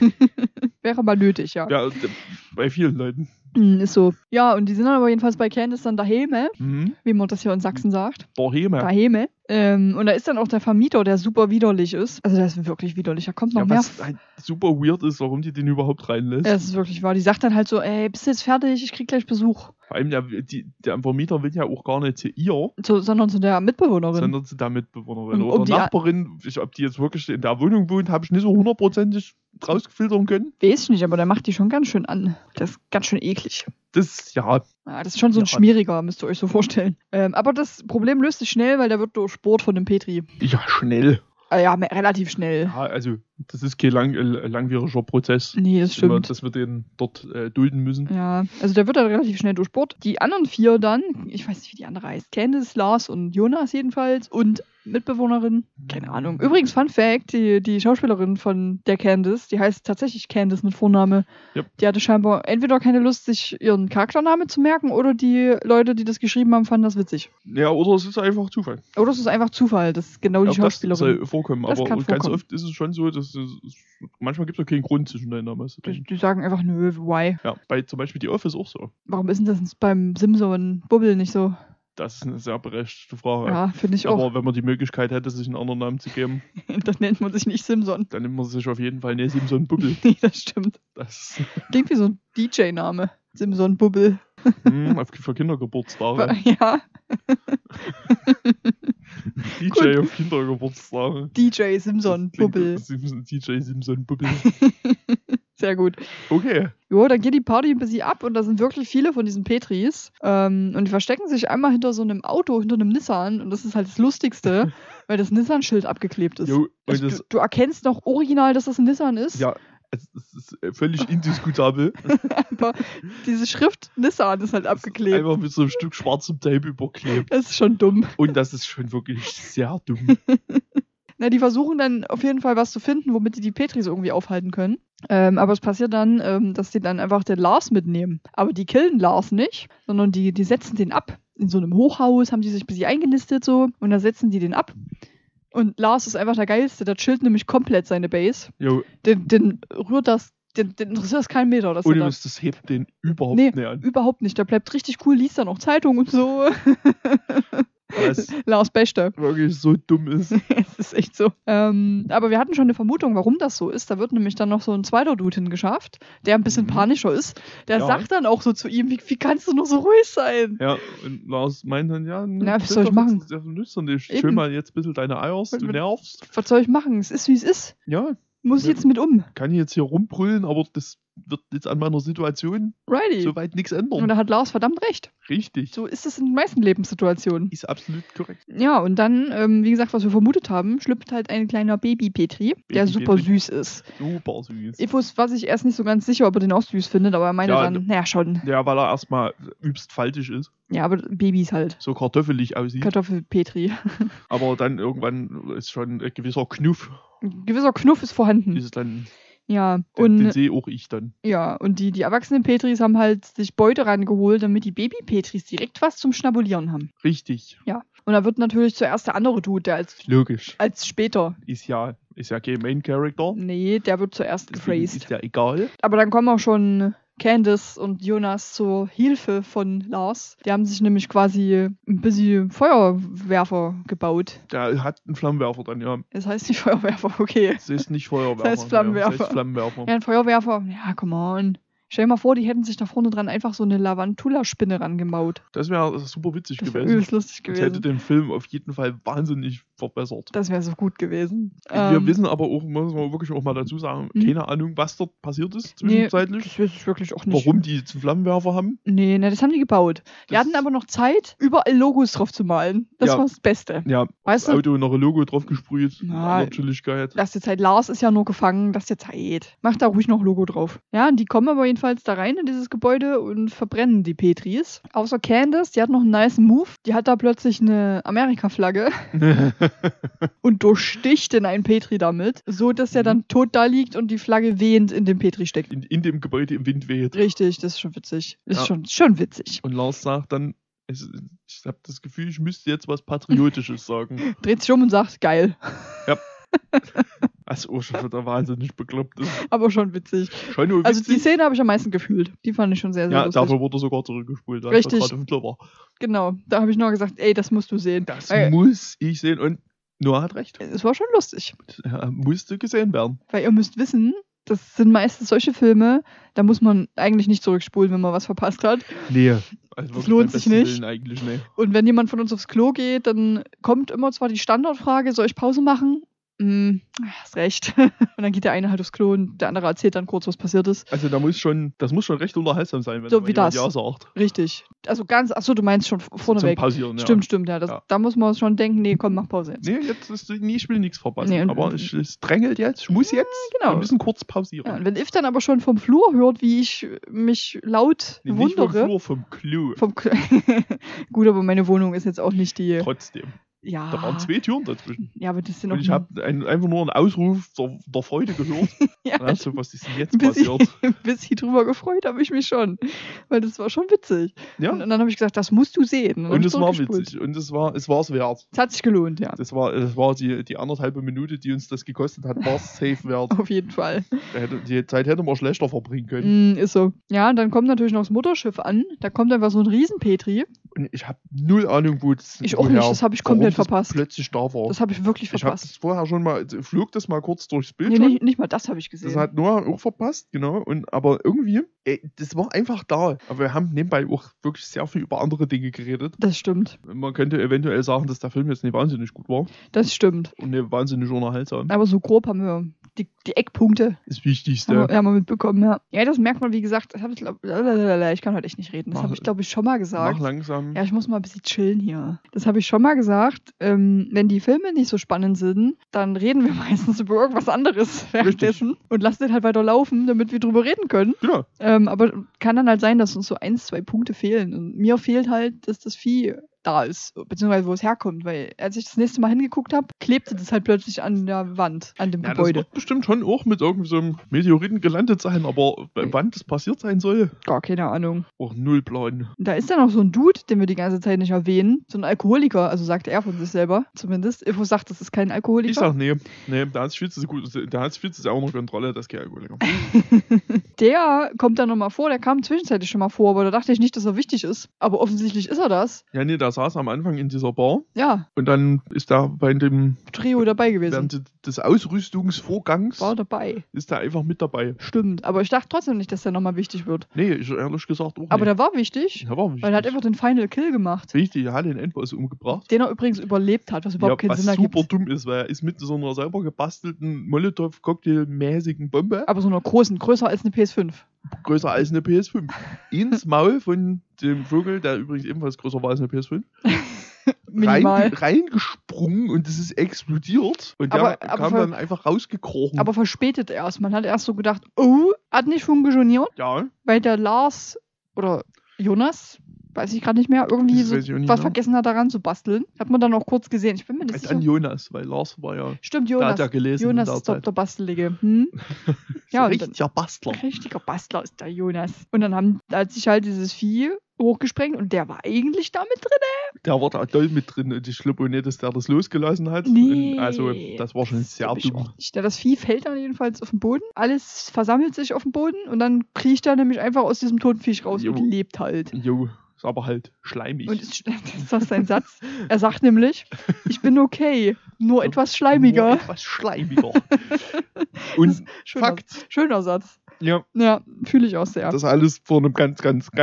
Speaker 1: Wäre mal nötig, ja.
Speaker 2: Ja, bei vielen Leuten.
Speaker 1: Ist so. Ja, und die sind dann aber jedenfalls bei Candace dann daheim, wie man das hier in Sachsen sagt. Daheim. Und da ist dann auch der Vermieter, der super widerlich ist. Also der ist wirklich widerlich. Da kommt noch mehr.
Speaker 2: Was halt super weird ist, warum die den überhaupt reinlässt.
Speaker 1: Das ist wirklich wahr. Die sagt dann halt so, ey, bist du jetzt fertig? Ich krieg gleich Besuch.
Speaker 2: Vor allem der Vermieter will ja auch gar nicht zu ihr.
Speaker 1: Sondern zu der Mitbewohnerin.
Speaker 2: Sondern zu der Mitbewohnerin.
Speaker 1: Und
Speaker 2: Oder Nachbarin. Ob die jetzt wirklich in der Wohnung wohnt, habe ich nicht so hundertprozentig rausgefiltern können.
Speaker 1: Weiß ich nicht, aber der macht die schon ganz schön an. Das ist ganz schön eklig.
Speaker 2: Das, ja.
Speaker 1: Das ist schon so ein Schmieriger, müsst ihr euch so vorstellen. Aber das Problem löst sich schnell, weil der wird durchbohrt von dem Petri.
Speaker 2: Ja, schnell.
Speaker 1: Ja, relativ schnell.
Speaker 2: Ja, also das ist kein langwieriger Prozess.
Speaker 1: Nee, das stimmt.
Speaker 2: Dass wir den dort dulden müssen.
Speaker 1: Ja, also der wird dann relativ schnell durchbohrt. Die anderen 4 dann, ich weiß nicht, wie die andere heißt. Candace, Lars und Jonas jedenfalls. Und Mitbewohnerin, keine Ahnung. Übrigens, Fun Fact, die Schauspielerin von der Candace, die heißt tatsächlich Candace mit Vorname. Yep. Die hatte scheinbar entweder keine Lust, sich ihren Charakternamen zu merken, oder die Leute, die das geschrieben haben, fanden das witzig.
Speaker 2: Ja, oder es ist einfach Zufall.
Speaker 1: Oder es ist einfach Zufall, das ist genau die Schauspielerin.
Speaker 2: Das soll vorkommen, aber ganz oft ist es schon so, dass manchmal gibt es auch keinen Grund zwischen deinen Namen.
Speaker 1: Die sagen einfach, nö, why?
Speaker 2: Ja, bei zum Beispiel The Office auch so.
Speaker 1: Warum ist denn das beim Simpson-Bubble nicht so?
Speaker 2: Das ist eine sehr berechtigte Frage.
Speaker 1: Ja, finde ich auch.
Speaker 2: Aber wenn man die Möglichkeit hätte, sich einen anderen Namen zu geben,
Speaker 1: dann nennt man sich nicht Simpson.
Speaker 2: Dann nennt man sich auf jeden Fall nicht Simpson Bubble.
Speaker 1: Nee, das stimmt. Klingt wie so ein DJ-Name. Simpson Bubble.
Speaker 2: Für Kindergeburtstage.
Speaker 1: Ja.
Speaker 2: DJ auf Kindergeburtstage.
Speaker 1: DJ Simpson Bubble.
Speaker 2: DJ Simpson Bubble.
Speaker 1: Sehr gut.
Speaker 2: Okay.
Speaker 1: Jo, dann geht die Party ein bisschen ab und da sind wirklich viele von diesen Petris. Und die verstecken sich einmal hinter so einem Auto, hinter einem Nissan. Und das ist halt das Lustigste, weil das Nissan-Schild abgeklebt ist.
Speaker 2: Jo,
Speaker 1: also du erkennst noch original, dass das ein Nissan ist.
Speaker 2: Ja, es ist völlig indiskutabel.
Speaker 1: Aber diese Schrift Nissan ist halt abgeklebt.
Speaker 2: Einfach mit so einem Stück schwarzem Tape überklebt.
Speaker 1: Das ist schon dumm.
Speaker 2: Und das ist schon wirklich sehr dumm.
Speaker 1: Na, die versuchen dann auf jeden Fall was zu finden, womit die Petris irgendwie aufhalten können. Aber es passiert dann, dass die dann einfach den Lars mitnehmen. Aber die killen Lars nicht, sondern die setzen den ab. In so einem Hochhaus haben die sich ein bisschen eingenistet so und da setzen die den ab. Und Lars ist einfach der Geilste, der chillt nämlich komplett seine Base.
Speaker 2: Jo.
Speaker 1: Den rührt das, den interessiert das keinen Meter.
Speaker 2: Ohne das hebt den überhaupt nicht an.
Speaker 1: Überhaupt nicht. Der bleibt richtig cool, liest dann auch Zeitung und so. Lars Beste.
Speaker 2: Wirklich so dumm ist.
Speaker 1: Es ist echt so. Aber wir hatten schon eine Vermutung, warum das so ist. Da wird nämlich dann noch so ein zweiter Dude hingeschafft, der ein bisschen panischer ist. Der sagt dann auch so zu ihm, wie kannst du nur so ruhig sein?
Speaker 2: Ja, und Lars meint dann,
Speaker 1: was soll ich machen?
Speaker 2: Du nützt doch nicht. Schön mal jetzt ein bisschen deine Eiers, du nervst.
Speaker 1: Was soll ich machen? Es ist, wie es ist.
Speaker 2: Ja.
Speaker 1: Muss ich jetzt mit um.
Speaker 2: Kann ich jetzt hier rumbrüllen, aber das wird jetzt an meiner Situation
Speaker 1: Righty.
Speaker 2: soweit nichts
Speaker 1: Und
Speaker 2: ändern.
Speaker 1: da hat Lars verdammt recht.
Speaker 2: Richtig.
Speaker 1: So ist es in den meisten Lebenssituationen.
Speaker 2: Ist absolut korrekt.
Speaker 1: Ja, und dann, wie gesagt, was wir vermutet haben, schlüpft halt ein kleiner Baby-Petri, der super
Speaker 2: Baby-Petri.
Speaker 1: süß ist.
Speaker 2: Super süß.
Speaker 1: Evos war sich erst nicht so ganz sicher, ob er den auch süß findet, aber er meinte
Speaker 2: Ja,
Speaker 1: dann, naja, schon.
Speaker 2: Ja, weil er erstmal übst faltig ist.
Speaker 1: Ja, aber Babys halt.
Speaker 2: So kartoffelig aussieht.
Speaker 1: Kartoffel-Petri.
Speaker 2: Aber dann irgendwann ist schon ein gewisser Knuff.
Speaker 1: Ein gewisser Knuff ist vorhanden.
Speaker 2: Ist es dann,
Speaker 1: Ja,
Speaker 2: den
Speaker 1: und
Speaker 2: sehe auch ich dann.
Speaker 1: ja, und die erwachsenen Petris haben halt sich Beute rangeholt, damit die Baby-Petris direkt was zum Schnabulieren haben.
Speaker 2: Richtig.
Speaker 1: Ja. Und da wird natürlich zuerst der andere Dude, der
Speaker 2: Logisch.
Speaker 1: als später.
Speaker 2: Ist ja kein Main Character.
Speaker 1: Nee, der wird zuerst
Speaker 2: Deswegen
Speaker 1: gephrased.
Speaker 2: ist ja egal.
Speaker 1: Aber dann kommen auch schon Candace und Jonas zur Hilfe von Lars. Die haben sich nämlich quasi ein bisschen Feuerwerfer gebaut.
Speaker 2: Der hat einen Flammenwerfer dann, ja.
Speaker 1: Das heißt nicht Feuerwerfer, okay.
Speaker 2: Es ist nicht Feuerwerfer.
Speaker 1: Das heißt Flammenwerfer.
Speaker 2: Ja, das heißt Flammenwerfer.
Speaker 1: Ja, ein Feuerwerfer, ja, come on. Stell dir mal vor, die hätten sich da vorne dran einfach so eine Lavantula-Spinne rangemaut.
Speaker 2: Das wäre super witzig
Speaker 1: Das wäre
Speaker 2: gewesen.
Speaker 1: übelst lustig
Speaker 2: Das hätte
Speaker 1: gewesen.
Speaker 2: den Film auf jeden Fall wahnsinnig verbessert.
Speaker 1: Das wäre so gut gewesen.
Speaker 2: Wir wissen aber auch, muss man wirklich auch mal dazu sagen, keine Ahnung, was dort passiert ist
Speaker 1: Nee,
Speaker 2: zwischenzeitlich.
Speaker 1: das weiß ich wirklich auch nicht.
Speaker 2: Warum die jetzt einen Flammenwerfer haben.
Speaker 1: Nee, das haben die gebaut. Die
Speaker 2: Das-
Speaker 1: hatten aber noch Zeit, überall Logos drauf zu malen. Das
Speaker 2: Ja.
Speaker 1: war das Beste.
Speaker 2: Ja,
Speaker 1: Weißt
Speaker 2: das
Speaker 1: du?
Speaker 2: Auto noch ein Logo drauf gesprüht.
Speaker 1: Na,
Speaker 2: Aller Chilligkeit.
Speaker 1: Lass dir Zeit. Lars ist ja nur gefangen. Lass dir Zeit. Mach da ruhig noch Logo drauf. Ja, und die kommen aber jedenfalls da rein in dieses Gebäude und verbrennen die Petris. Außer Candace, die hat noch einen nice Move. Die hat da plötzlich eine Amerika-Flagge und durchsticht in einen Petri damit, so dass er dann tot da liegt und die Flagge wehend in dem Petri steckt.
Speaker 2: in dem Gebäude im Wind weht.
Speaker 1: Richtig, das ist schon witzig. Das ist
Speaker 2: Ja.
Speaker 1: schon witzig.
Speaker 2: Und Lars sagt dann, ich habe das Gefühl, ich müsste jetzt was Patriotisches sagen.
Speaker 1: Dreht sich um und sagt, geil.
Speaker 2: Was auch schon wieder wahnsinnig bekloppt ist.
Speaker 1: Aber schon witzig.
Speaker 2: Schon nur
Speaker 1: Also die
Speaker 2: witzig.
Speaker 1: Szene habe ich am meisten gefühlt. Die fand ich schon sehr, sehr
Speaker 2: Ja,
Speaker 1: lustig.
Speaker 2: dafür wurde sogar zurückgespult, weil
Speaker 1: Richtig.
Speaker 2: es gerade Hitler war.
Speaker 1: Genau, da habe ich nur gesagt, ey, das musst du sehen.
Speaker 2: Das
Speaker 1: Weil
Speaker 2: muss ich sehen. Und Noah hat recht.
Speaker 1: es war schon lustig.
Speaker 2: Das musste gesehen werden.
Speaker 1: Weil ihr müsst wissen, das sind meistens solche Filme, da muss man eigentlich nicht zurückspulen, wenn man was verpasst hat.
Speaker 2: Nee. Also
Speaker 1: Das
Speaker 2: wirklich
Speaker 1: lohnt
Speaker 2: beim
Speaker 1: sich
Speaker 2: besten
Speaker 1: nicht.
Speaker 2: Willen eigentlich, nee.
Speaker 1: Und wenn jemand von uns aufs Klo geht, dann kommt immer zwar die Standardfrage, soll ich Pause machen? Hast recht. Und dann geht der eine halt aufs Klo und der andere erzählt dann kurz, was passiert ist.
Speaker 2: Also das muss schon recht unterhaltsam sein, wenn
Speaker 1: So
Speaker 2: mal
Speaker 1: wie
Speaker 2: jemand
Speaker 1: das.
Speaker 2: Ja sagt.
Speaker 1: Richtig. Also achso, du meinst schon vorneweg.
Speaker 2: Zum Pausieren, ja.
Speaker 1: Stimmt, ja.
Speaker 2: Ja.
Speaker 1: Da muss man schon denken, nee, komm, mach Pause jetzt.
Speaker 2: Nee, jetzt ist ich will nichts verpassen.
Speaker 1: Nee, und-
Speaker 2: aber es drängelt jetzt. Ich muss jetzt.
Speaker 1: Genau.
Speaker 2: Wir müssen kurz pausieren.
Speaker 1: Ja, und wenn If dann aber schon vom Flur hört, wie ich mich laut
Speaker 2: Nee, nicht vom
Speaker 1: wundere.
Speaker 2: Flur, vom Klo.
Speaker 1: Gut, aber meine Wohnung ist jetzt auch nicht die.
Speaker 2: Trotzdem.
Speaker 1: Ja.
Speaker 2: Da waren 2 Türen dazwischen.
Speaker 1: Ja, aber das sind auch
Speaker 2: Und ich habe einfach nur einen Ausruf der Freude gehört.
Speaker 1: ja,
Speaker 2: Und so, was ist denn jetzt
Speaker 1: ein bisschen,
Speaker 2: passiert?
Speaker 1: ein bisschen drüber gefreut habe ich mich schon. Weil das war schon witzig.
Speaker 2: Ja,
Speaker 1: Und dann habe ich gesagt, das musst du sehen. dann hab
Speaker 2: und
Speaker 1: ich
Speaker 2: es war
Speaker 1: zurückgespult.
Speaker 2: witzig. Und es war es wert.
Speaker 1: Es hat sich gelohnt, ja.
Speaker 2: Das war die 1,5 Minute, die uns das gekostet hat, war es safe wert.
Speaker 1: Auf jeden Fall.
Speaker 2: Die Zeit hätte man schlechter verbringen können.
Speaker 1: Ist so. Ja, und dann kommt natürlich noch das Mutterschiff an. Da kommt einfach so ein Riesenpetri.
Speaker 2: Und ich habe null Ahnung, wo das
Speaker 1: Ich auch nicht, das habe ich komplett
Speaker 2: warum
Speaker 1: verpasst.
Speaker 2: Das plötzlich da war.
Speaker 1: Das habe ich wirklich
Speaker 2: Ich habe
Speaker 1: verpasst.
Speaker 2: das vorher schon mal, flog das mal kurz durchs
Speaker 1: Nee,
Speaker 2: Bildschirm.
Speaker 1: nicht mal das habe ich gesehen.
Speaker 2: Das hat Noah auch verpasst, genau. Aber irgendwie, das war einfach da. Aber wir haben nebenbei auch wirklich sehr viel über andere Dinge geredet.
Speaker 1: Das stimmt.
Speaker 2: Man könnte eventuell sagen, dass der Film jetzt nicht wahnsinnig gut war
Speaker 1: Das stimmt.
Speaker 2: und nicht wahnsinnig unterhaltsam.
Speaker 1: Aber so grob haben wir die Eckpunkte
Speaker 2: Das Wichtigste.
Speaker 1: haben wir mitbekommen, ja. Ja, das merkt man, wie gesagt, das habe ich kann heute echt nicht reden. Das habe ich, glaube ich, schon mal gesagt.
Speaker 2: Mach langsam.
Speaker 1: Ja, ich muss mal ein bisschen chillen hier. Das habe ich schon mal gesagt. Wenn die Filme nicht so spannend sind, dann reden wir meistens über irgendwas anderes währenddessen und lassen den halt weiter laufen, damit wir drüber reden können.
Speaker 2: Genau.
Speaker 1: Aber kann dann halt sein, dass uns so 1, 2 Punkte fehlen. Und mir fehlt halt, dass das Vieh da ist, beziehungsweise wo es herkommt. Weil als ich das nächste Mal hingeguckt habe, klebte das halt plötzlich an der Wand, an dem
Speaker 2: Ja, das
Speaker 1: Gebäude.
Speaker 2: wird bestimmt schon auch mit irgendwie so einem Meteoriten gelandet sein, aber wann das passiert sein soll,
Speaker 1: Gar keine Ahnung.
Speaker 2: auch null Plan.
Speaker 1: Da ist dann auch so ein Dude, den wir die ganze Zeit nicht erwähnen. So ein Alkoholiker, also sagt er von sich selber zumindest. Info sagt, das ist kein Alkoholiker.
Speaker 2: Ich sag, nee, da hat es viel zu gut, da hat es viel zu sehr unter Kontrolle, das ist kein Alkoholiker.
Speaker 1: Der kommt dann nochmal vor, der kam zwischenzeitlich schon mal vor, aber da dachte ich nicht, dass er wichtig ist. Aber offensichtlich ist er das.
Speaker 2: Ja, nee, der saß am Anfang in dieser Bar
Speaker 1: Ja,
Speaker 2: und dann ist da bei dem
Speaker 1: Trio dabei gewesen.
Speaker 2: während des Ausrüstungsvorgangs
Speaker 1: War dabei.
Speaker 2: ist er einfach mit dabei.
Speaker 1: Stimmt. Aber ich dachte trotzdem nicht, dass der nochmal wichtig wird.
Speaker 2: Nee, ich ehrlich gesagt auch
Speaker 1: Aber
Speaker 2: nicht.
Speaker 1: der war wichtig,
Speaker 2: Der war wichtig.
Speaker 1: weil er hat einfach den Final Kill gemacht.
Speaker 2: Richtig, er hat den Endboss umgebracht.
Speaker 1: Den er übrigens überlebt hat, was überhaupt keinen
Speaker 2: was
Speaker 1: Sinn ergibt.
Speaker 2: super dumm ist, weil er ist mit so einer selber gebastelten Molotow-Cocktail-mäßigen Bombe,
Speaker 1: Aber so einer großen, größer als eine PS5.
Speaker 2: größer als eine PS5, ins Maul von dem Vogel, der übrigens ebenfalls größer war als eine PS5,
Speaker 1: Minimal.
Speaker 2: reingesprungen und es ist explodiert. Und
Speaker 1: Aber-
Speaker 2: der
Speaker 1: aber
Speaker 2: kam
Speaker 1: ver-
Speaker 2: dann einfach rausgekrochen.
Speaker 1: Aber verspätet erst. Man hat erst so gedacht, oh, hat nicht funktioniert,
Speaker 2: ja,
Speaker 1: weil der Lars oder Jonas, weiß ich gerade nicht mehr, irgendwie
Speaker 2: Das
Speaker 1: so
Speaker 2: weiß ich auch nicht
Speaker 1: was
Speaker 2: mehr.
Speaker 1: vergessen hat daran zu basteln. Hat man dann auch kurz gesehen. Ich bin mir nicht sicher.
Speaker 2: dann Jonas, weil Lars war ja,
Speaker 1: Stimmt,
Speaker 2: da hat
Speaker 1: Jonas.
Speaker 2: er gelesen
Speaker 1: Jonas
Speaker 2: in
Speaker 1: ist
Speaker 2: der
Speaker 1: der,
Speaker 2: Zeit.
Speaker 1: der Bastelige. Hm? Ja, und dann,
Speaker 2: Richtiger Bastler.
Speaker 1: richtiger Bastler ist der Jonas. Und dann hat sich halt dieses Vieh hochgesprengt und der war eigentlich da mit drin.
Speaker 2: Der war da doll mit drin und ich glaube auch nicht, dass der das losgelassen hat.
Speaker 1: Nee.
Speaker 2: Und also, das war schon sehr
Speaker 1: glaub ich
Speaker 2: dumm.
Speaker 1: auch nicht. Das Vieh fällt dann jedenfalls auf den Boden. Alles versammelt sich auf dem Boden und dann kriecht er nämlich einfach aus diesem toten Viech raus
Speaker 2: Jo.
Speaker 1: und lebt halt.
Speaker 2: Jo, ist aber halt schleimig.
Speaker 1: Und das ist doch sein Satz. Er sagt nämlich, ich bin okay, nur etwas schleimiger.
Speaker 2: Nur etwas schleimiger. Und
Speaker 1: Schöner,
Speaker 2: Fakt,
Speaker 1: schöner Satz.
Speaker 2: ja,
Speaker 1: Ja, fühle ich auch sehr.
Speaker 2: das alles vor einem ganz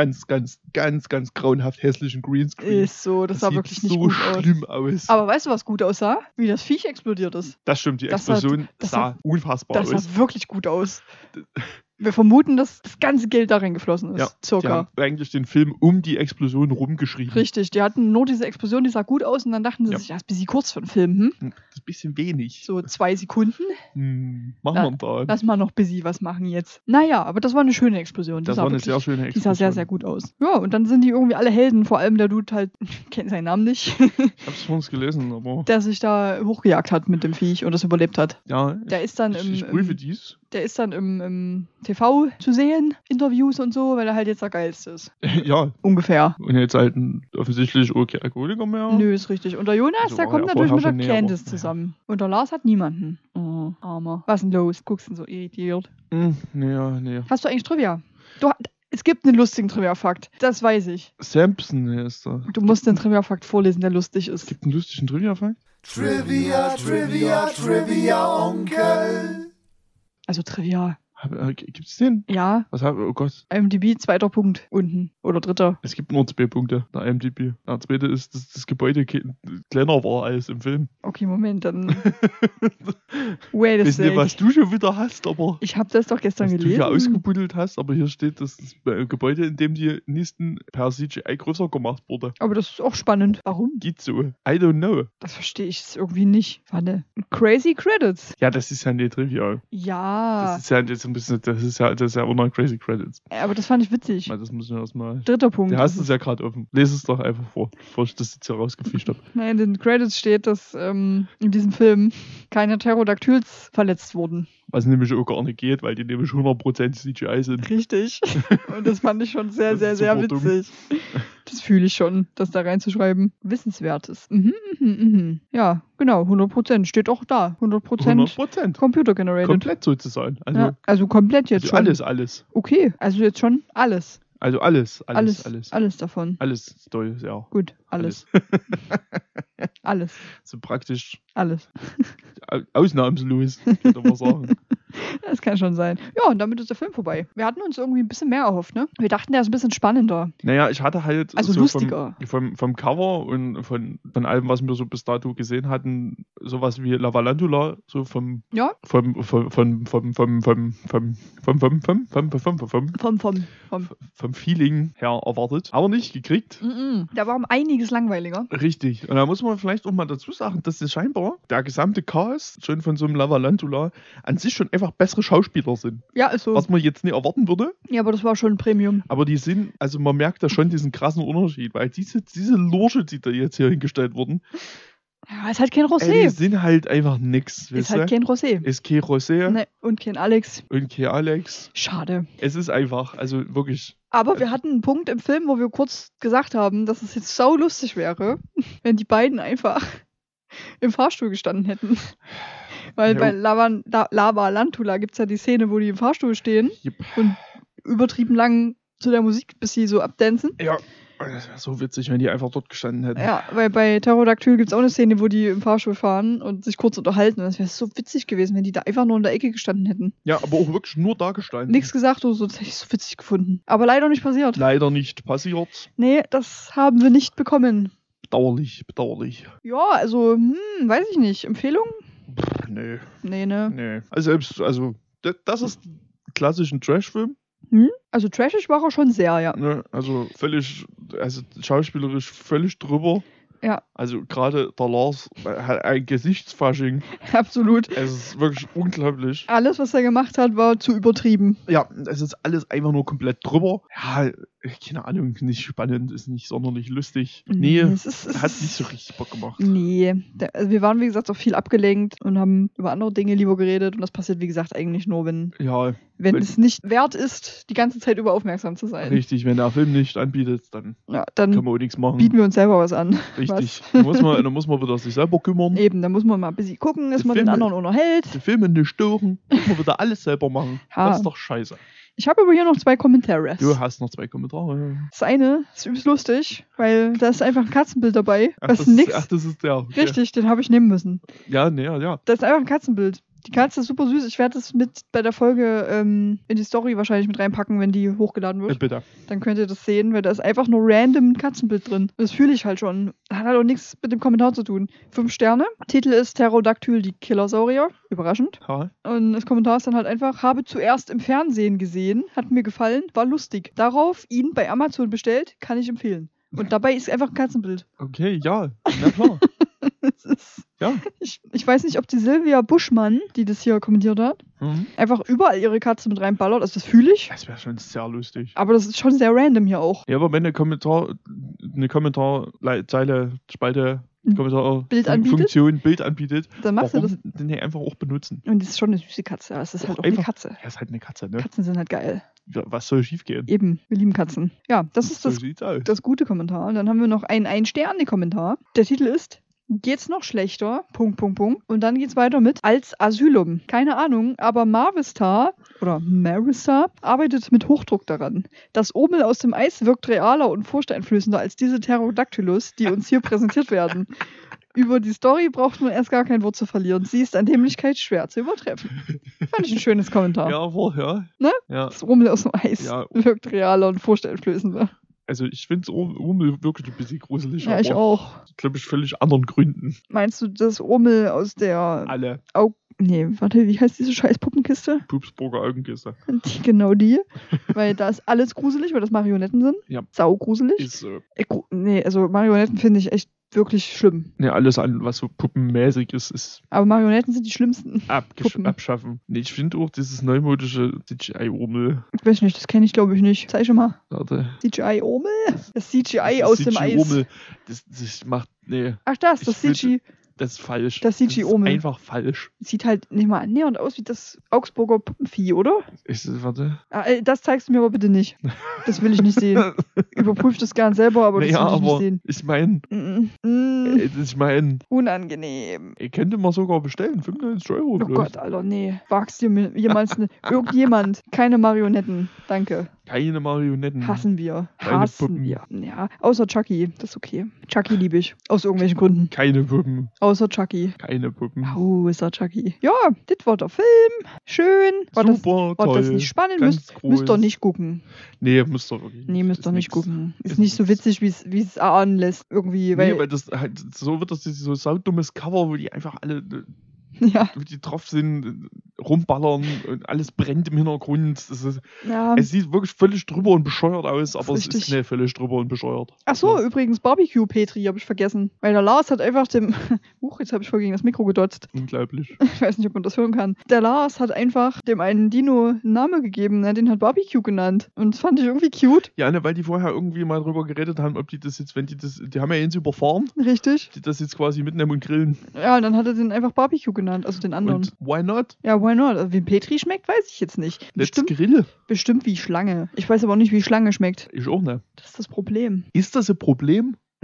Speaker 2: grauenhaft hässlichen Greenscreen.
Speaker 1: Ist so, das sah
Speaker 2: sieht
Speaker 1: wirklich nicht
Speaker 2: so
Speaker 1: gut aus.
Speaker 2: schlimm aus.
Speaker 1: Aber weißt du, was gut aussah? Wie das Viech explodiert ist.
Speaker 2: Das stimmt, die
Speaker 1: das sah-
Speaker 2: Explosion
Speaker 1: das
Speaker 2: sah unfassbar
Speaker 1: Das
Speaker 2: aus.
Speaker 1: sah wirklich gut aus. Wir vermuten, dass das ganze Geld da reingeflossen ist.
Speaker 2: Ja, die
Speaker 1: circa.
Speaker 2: haben eigentlich den Film um die Explosion rumgeschrieben.
Speaker 1: Richtig, die hatten nur diese Explosion, die sah gut aus und dann dachten sie
Speaker 2: Ja.
Speaker 1: sich, ja, ist ein bisschen kurz für einen Film, hm?
Speaker 2: Das ist ein bisschen wenig.
Speaker 1: So 2 Sekunden.
Speaker 2: Machen wir da.
Speaker 1: Lass mal noch ein bisschen was machen jetzt. Naja, aber das war eine schöne Explosion. Die
Speaker 2: Das
Speaker 1: sah
Speaker 2: war eine
Speaker 1: wirklich-
Speaker 2: sehr schöne
Speaker 1: Die
Speaker 2: Explosion.
Speaker 1: sah sehr, sehr gut aus. Ja, und dann sind die irgendwie alle Helden, vor allem der Dude halt, ich kenne seinen Namen nicht,
Speaker 2: Ich hab's vor uns gelesen, aber
Speaker 1: der sich da hochgejagt hat mit dem Viech und das überlebt hat.
Speaker 2: ja,
Speaker 1: Der ist dann
Speaker 2: ich prüfe dies.
Speaker 1: der ist dann im TV zu sehen, Interviews und so, weil er halt jetzt der Geilste ist.
Speaker 2: Ja,
Speaker 1: Ungefähr.
Speaker 2: und jetzt halt ein offensichtlich okay Alkoholiker mehr.
Speaker 1: Nö, ist richtig. Und der Jonas,
Speaker 2: Also
Speaker 1: der
Speaker 2: war
Speaker 1: kommt
Speaker 2: ja
Speaker 1: natürlich mit
Speaker 2: vorher
Speaker 1: der
Speaker 2: schon näher,
Speaker 1: Candice
Speaker 2: aber-
Speaker 1: zusammen. Und der Lars hat niemanden. Oh, armer. Was ist denn los? Guckst du so irritiert.
Speaker 2: Nee.
Speaker 1: Hast du eigentlich Trivia? Es gibt einen lustigen Trivia-Fakt. Das weiß ich.
Speaker 2: Sampson ist da.
Speaker 1: Du musst den Trivia-Fakt vorlesen, der lustig
Speaker 2: Es
Speaker 1: ist.
Speaker 2: gibt einen lustigen Trivia-Fakt.
Speaker 3: Trivia, Onkel.
Speaker 1: Also Trivia.
Speaker 2: Gibt's den?
Speaker 1: Ja,
Speaker 2: Oh Gott.
Speaker 1: IMDb, 2. Punkt. Unten. Oder 3.
Speaker 2: Es gibt nur 2 Punkte, der IMDb. Der zweite ist, dass das Gebäude kleiner war als im Film.
Speaker 1: Okay, Moment, dann. Wait a
Speaker 2: Ich weiß nicht, was
Speaker 1: sec.
Speaker 2: du schon wieder hast, aber
Speaker 1: Ich habe das doch gestern
Speaker 2: was du hier
Speaker 1: gelesen.
Speaker 2: ausgebuddelt hast, aber hier steht, dass das Gebäude, in dem die Nisten per CGI größer gemacht wurde.
Speaker 1: Aber das ist auch spannend. Warum?
Speaker 2: Geht so. I don't know.
Speaker 1: Das verstehe ich irgendwie nicht. Warte. Crazy Credits.
Speaker 2: Ja, das ist ja nicht Trivia.
Speaker 1: Ja.
Speaker 2: Das ist ja jetzt ein bisschen, das ist ja auch noch Crazy Credits.
Speaker 1: Aber das fand ich witzig.
Speaker 2: Weil das müssen wir erstmal.
Speaker 1: 3. Punkt.
Speaker 2: Du hast es ja gerade offen. Lese es doch einfach vor, bevor ich das jetzt hier rausgefischt habe.
Speaker 1: Nein, in den Credits steht, dass in diesem Film keine Pterodactyls verletzt wurden.
Speaker 2: Was nämlich auch gar nicht geht, weil die nämlich 100% CGI sind.
Speaker 1: Richtig. Und das fand ich schon sehr,
Speaker 2: Das
Speaker 1: sehr,
Speaker 2: ist
Speaker 1: sehr
Speaker 2: super dumm.
Speaker 1: witzig. Das fühle ich schon, das da reinzuschreiben. Wissenswertes. Ja, genau, 100%. Steht auch da. 100%,
Speaker 2: 100%.
Speaker 1: Computer generated.
Speaker 2: Komplett sozusagen. Also,
Speaker 1: Ja, also komplett jetzt
Speaker 2: also
Speaker 1: schon.
Speaker 2: alles.
Speaker 1: Okay, also jetzt schon alles.
Speaker 2: Also alles.
Speaker 1: Alles davon.
Speaker 2: Alles ist toll, ja.
Speaker 1: Gut, alles. Alles.
Speaker 2: So praktisch
Speaker 1: Alles.
Speaker 2: ausnahmslos, könnte man sagen.
Speaker 1: Das kann schon sein. Ja, und damit ist der Film vorbei. Wir hatten uns irgendwie ein bisschen mehr erhofft, ne? Wir dachten, der ist ein bisschen spannender.
Speaker 2: Naja, ich hatte halt
Speaker 1: Also
Speaker 2: so
Speaker 1: lustiger.
Speaker 2: vom Cover und von allem, was wir so bis dato gesehen hatten, sowas wie Lavalantula, so vom
Speaker 1: Ja?
Speaker 2: vom Feeling her erwartet, aber nicht gekriegt.
Speaker 1: Da war um einiges langweiliger.
Speaker 2: Richtig. Und da muss man vielleicht auch mal dazu sagen, dass es scheinbar der gesamte Cast schon von so einem Lavalantula an sich schon einfach bessere Schauspieler sind.
Speaker 1: Ja, ist so.
Speaker 2: Was man jetzt nicht erwarten würde,
Speaker 1: Ja, aber das war schon ein Premium.
Speaker 2: aber die sind, also man merkt da schon diesen krassen Unterschied, weil diese Lurche, die da jetzt hier hingestellt wurden,
Speaker 1: Ja, ist halt kein
Speaker 2: ey, die
Speaker 1: Rosé.
Speaker 2: sind halt einfach nix.
Speaker 1: Ist halt kein Rosé.
Speaker 2: Ist kein Rosé
Speaker 1: Ne, und kein Alex.
Speaker 2: und kein Alex.
Speaker 1: Schade.
Speaker 2: Es ist einfach, also wirklich,
Speaker 1: Aber wir hatten einen Punkt im Film, wo wir kurz gesagt haben, dass es jetzt sau lustig wäre, wenn die beiden einfach im Fahrstuhl gestanden hätten. Weil
Speaker 2: Jo.
Speaker 1: bei Lavalantula gibt es ja die Szene, wo die im Fahrstuhl stehen
Speaker 2: Jupp.
Speaker 1: und übertrieben lang zu der Musik, bis sie so abdancen.
Speaker 2: ja. Das wäre so witzig, wenn die einfach dort gestanden hätten.
Speaker 1: Ja, weil bei Pterodactyl gibt es auch eine Szene, wo die im Fahrstuhl fahren und sich kurz unterhalten. Und das wäre so witzig gewesen, wenn die da einfach nur in der Ecke gestanden hätten.
Speaker 2: Ja, aber auch wirklich nur da gestanden.
Speaker 1: Nichts gesagt oder so, das hätte ich so witzig gefunden. Aber leider nicht passiert.
Speaker 2: Leider nicht passiert.
Speaker 1: Nee, das haben wir nicht bekommen.
Speaker 2: Bedauerlich.
Speaker 1: Ja, also, weiß ich nicht. Empfehlung?
Speaker 2: Nee.
Speaker 1: Nee, ne?
Speaker 2: Nee. Also, das ist klassisch ein Trash-Film.
Speaker 1: Also trashig war er schon sehr, ja.
Speaker 2: Ne? Also schauspielerisch völlig drüber.
Speaker 1: Ja.
Speaker 2: Also gerade der Lars hat ein Gesichtsfasching.
Speaker 1: Absolut.
Speaker 2: Es ist wirklich unglaublich.
Speaker 1: Alles, was er gemacht hat, war zu übertrieben.
Speaker 2: Ja, es ist alles einfach nur komplett drüber. Ja, keine Ahnung, nicht spannend, ist nicht sonderlich lustig. Nee,
Speaker 1: es
Speaker 2: hat nicht so richtig Bock gemacht.
Speaker 1: Nee, also wir waren, wie gesagt, auch viel abgelenkt und haben über andere Dinge lieber geredet. Und das passiert, wie gesagt, eigentlich nur, wenn es nicht wert ist, die ganze Zeit über aufmerksam zu sein.
Speaker 2: Richtig, wenn der Film nicht anbietet, dann
Speaker 1: kann
Speaker 2: man auch nichts machen.
Speaker 1: Bieten wir uns selber was an.
Speaker 2: Richtig. Dann muss man wieder sich selber kümmern.
Speaker 1: Eben, da muss man mal ein bisschen gucken, dass man den anderen unterhält.
Speaker 2: Die Filme nicht stören. Muss man wieder alles selber machen.
Speaker 1: Ha.
Speaker 2: Das ist doch scheiße.
Speaker 1: Ich habe aber hier noch 2 Kommentare.
Speaker 2: Du hast noch 2 Kommentare.
Speaker 1: Das eine ist übelst lustig, weil da ist einfach ein Katzenbild dabei.
Speaker 2: Das ist der. Okay.
Speaker 1: Richtig, den habe ich nehmen müssen.
Speaker 2: Ja, ja.
Speaker 1: Da ist einfach ein Katzenbild. Die Katze ist super süß. Ich werde das mit bei der Folge in die Story wahrscheinlich mit reinpacken, wenn die hochgeladen wird.
Speaker 2: Bitte.
Speaker 1: Dann könnt ihr das sehen, weil da ist einfach nur random ein Katzenbild drin. Und das fühle ich halt schon. Hat halt auch nichts mit dem Kommentar zu tun. 5 Sterne. Titel ist Pterodactyl, die Killersaurier. Überraschend.
Speaker 2: Ha.
Speaker 1: Und das Kommentar ist dann halt einfach, habe zuerst im Fernsehen gesehen, hat mir gefallen, war lustig. Darauf ihn bei Amazon bestellt, kann ich empfehlen. Und dabei ist einfach ein Katzenbild.
Speaker 2: Okay, ja. Na klar.
Speaker 1: Das ist,
Speaker 2: ja.
Speaker 1: Ich weiß nicht, ob die Silvia Buschmann, die das hier kommentiert hat, einfach überall ihre Katze mit reinballert. Also das fühle ich.
Speaker 2: Das wäre schon sehr lustig.
Speaker 1: Aber das ist schon sehr random hier auch.
Speaker 2: Ja, aber wenn eine Kommentarzeile, Spalte, Funktion Bild anbietet,
Speaker 1: dann machst du das.
Speaker 2: Den einfach auch benutzen.
Speaker 1: Und das ist schon eine süße Katze. Es ist halt auch eine Katze.
Speaker 2: Ja, ist halt eine Katze, ne?
Speaker 1: Katzen sind halt geil.
Speaker 2: Was soll schief gehen?
Speaker 1: Eben, wir lieben Katzen. Ja, das ist das gute Kommentar. Und dann haben wir noch einen Ein-Sterne-Kommentar. Der Titel ist Geht's noch schlechter? ... Und dann geht's weiter mit als Asylum. Keine Ahnung, aber Maristar arbeitet mit Hochdruck daran. Das Omel aus dem Eis wirkt realer und furchteinflößender als diese Pterodactylus, die uns hier präsentiert werden. Über die Story braucht man erst gar kein Wort zu verlieren. Sie ist an Dämlichkeit schwer zu übertreffen. Fand ich ein schönes Kommentar.
Speaker 2: Ja.
Speaker 1: Ne?
Speaker 2: Ja.
Speaker 1: Das Omel aus dem Eis wirkt realer und furchteinflößender.
Speaker 2: Also ich finde Omel wirklich ein bisschen gruselig.
Speaker 1: Ja, ich auch.
Speaker 2: Glaube ich, völlig anderen Gründen.
Speaker 1: Meinst du das Omel aus der...
Speaker 2: Alle.
Speaker 1: Wie heißt diese scheiß Puppenkiste?
Speaker 2: Pupsburger Augenkiste.
Speaker 1: Genau die. Weil da ist alles gruselig, weil das Marionetten sind.
Speaker 2: Ja.
Speaker 1: Saugruselig.
Speaker 2: Ist so.
Speaker 1: Also Marionetten finde ich echt wirklich schlimm.
Speaker 2: Ja, alles an, was so puppenmäßig ist
Speaker 1: Aber Marionetten sind die schlimmsten.
Speaker 2: Abschaffen. Nee, ich finde auch dieses neumodische CGI-Omel.
Speaker 1: Ich weiß nicht, das kenne ich glaube ich nicht. Zeig schon mal.
Speaker 2: Warte.
Speaker 1: CGI-Omel? Das CGI aus dem Eis.
Speaker 2: CGI-Omel. Das macht, nee.
Speaker 1: Ach das CGI.
Speaker 2: Das ist falsch.
Speaker 1: Das CGI-Omel.
Speaker 2: Das ist einfach falsch.
Speaker 1: Sieht halt nicht mal annähernd aus wie das Augsburger Puppenvieh, oder?
Speaker 2: Warte.
Speaker 1: Das zeigst du mir aber bitte nicht. Das will ich nicht sehen. Überprüf das gern selber, aber das will ich nicht sehen.
Speaker 2: Ich meine...
Speaker 1: Unangenehm.
Speaker 2: Könnte man sogar bestellen. 95 €.
Speaker 1: Oh Gott, Alter, nee. Wagst dir jemals irgendjemand? Keine Marionetten. Danke.
Speaker 2: Keine Marionetten.
Speaker 1: Hassen wir.
Speaker 2: Puppen.
Speaker 1: Wir. Ja, außer Chucky. Das ist okay. Chucky liebe ich. Aus irgendwelchen Gründen.
Speaker 2: Keine Puppen.
Speaker 1: Außer Chucky.
Speaker 2: Keine Puppen.
Speaker 1: Außer Chucky. Ja, das war der Film. Schön.
Speaker 2: Super,
Speaker 1: war das nicht spannend? Müsst ihr nicht gucken.
Speaker 2: Nee, müsst ihr wirklich.
Speaker 1: Nee, müsst ihr nicht gucken. Ist nicht so witzig, wie es erahnen lässt. Irgendwie.
Speaker 2: Weil das halt, so wird das so saudummes Cover, wo die einfach alle...
Speaker 1: Ja.
Speaker 2: Die drauf sind, rumballern und alles brennt im Hintergrund. Es sieht wirklich völlig drüber und bescheuert aus, aber es ist nicht völlig drüber und bescheuert.
Speaker 1: Ach so, übrigens Barbecue-Petri habe ich vergessen. Weil der Lars hat einfach jetzt habe ich voll gegen das Mikro gedotzt.
Speaker 2: Unglaublich.
Speaker 1: Ich weiß nicht, ob man das hören kann. Der Lars hat einfach dem einen Dino einen Namen gegeben, ne? Den hat Barbecue genannt. Und das fand ich irgendwie cute.
Speaker 2: Ja, ne, weil die vorher irgendwie mal drüber geredet haben, ob die das jetzt, die haben ja eins überfahren.
Speaker 1: Richtig.
Speaker 2: Die das jetzt quasi mitnehmen und grillen.
Speaker 1: Ja, und dann hat er den einfach Barbecue genannt. Also den anderen.
Speaker 2: Und why not?
Speaker 1: Ja, why not? Also wie Petri schmeckt, weiß ich jetzt nicht. Bestimmt wie Schlange. Ich weiß aber auch nicht, wie Schlange schmeckt.
Speaker 2: Ich auch nicht.
Speaker 1: Das ist das Problem.
Speaker 2: Ist das ein Problem?
Speaker 1: Nee.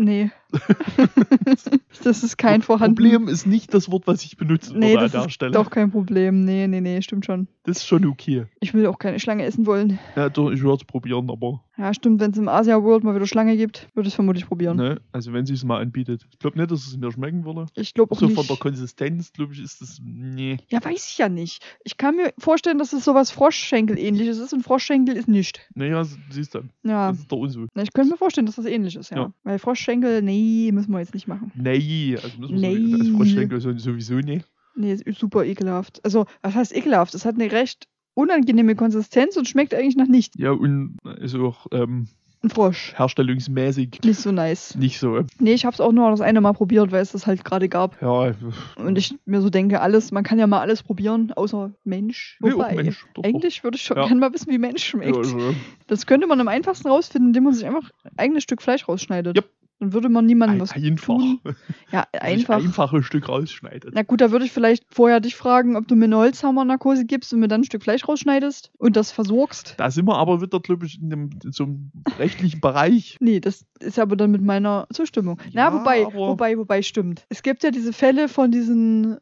Speaker 1: Das ist kein vorhanden.
Speaker 2: Problem ist nicht das Wort, was ich benutze an der Stelle.
Speaker 1: Das ist doch kein Problem. Nee, stimmt schon.
Speaker 2: Das ist schon okay.
Speaker 1: Ich will auch keine Schlange essen wollen.
Speaker 2: Ja, doch, ich würde es probieren, aber...
Speaker 1: Ja, stimmt, wenn es im Asia World mal wieder Schlange gibt, würde ich es vermutlich probieren.
Speaker 2: Ne, also wenn sie es mal anbietet. Ich glaube nicht, dass es mir schmecken würde.
Speaker 1: Ich glaube auch
Speaker 2: so
Speaker 1: nicht.
Speaker 2: Von der Konsistenz, glaube ich, ist das... Nee.
Speaker 1: Ja, weiß ich ja nicht. Ich kann mir vorstellen, dass es sowas Froschschenkel-ähnliches ist und Froschschenkel ist nicht.
Speaker 2: Naja, siehst du.
Speaker 1: Ja.
Speaker 2: Das ist doch unso.
Speaker 1: Na, ich könnte mir vorstellen, dass das ähnlich ist, ja. Weil Froschschenkel, nee, müssen wir jetzt nicht machen.
Speaker 2: Nee, also müssen wir so, als Froschschenkel sowieso nicht.
Speaker 1: Nee, ist super ekelhaft. Also, was heißt ekelhaft? Es hat eine recht unangenehme Konsistenz und schmeckt eigentlich nach nichts.
Speaker 2: Ja, und ist auch
Speaker 1: ein Frosch.
Speaker 2: Herstellungsmäßig
Speaker 1: Nicht so nice.
Speaker 2: nicht so.
Speaker 1: Nee, ich hab's auch nur das eine Mal probiert, weil es das halt gerade gab.
Speaker 2: Ja.
Speaker 1: Und ich mir so denke, man kann ja mal alles probieren, außer Mensch. Wobei,
Speaker 2: Mensch, doch.
Speaker 1: eigentlich würde ich schon gerne mal wissen, wie Mensch schmeckt.
Speaker 2: Ja, also.
Speaker 1: Das könnte man am einfachsten rausfinden, indem man sich einfach ein eigenes Stück Fleisch rausschneidet.
Speaker 2: Yep.
Speaker 1: Dann würde man niemandem was
Speaker 2: einfach.
Speaker 1: tun. Ja, einfach.
Speaker 2: Einfaches Stück rausschneidet.
Speaker 1: Na gut, da würde ich vielleicht vorher dich fragen, ob du mir eine Holzhammer-Narkose gibst und mir dann ein Stück Fleisch rausschneidest und das versorgst.
Speaker 2: Da sind wir aber wieder, glaube ich, in so einem rechtlichen Bereich.
Speaker 1: Nee, das ist aber dann mit meiner Zustimmung.
Speaker 2: Ja,
Speaker 1: wobei, stimmt. Es gibt ja diese Fälle von diesen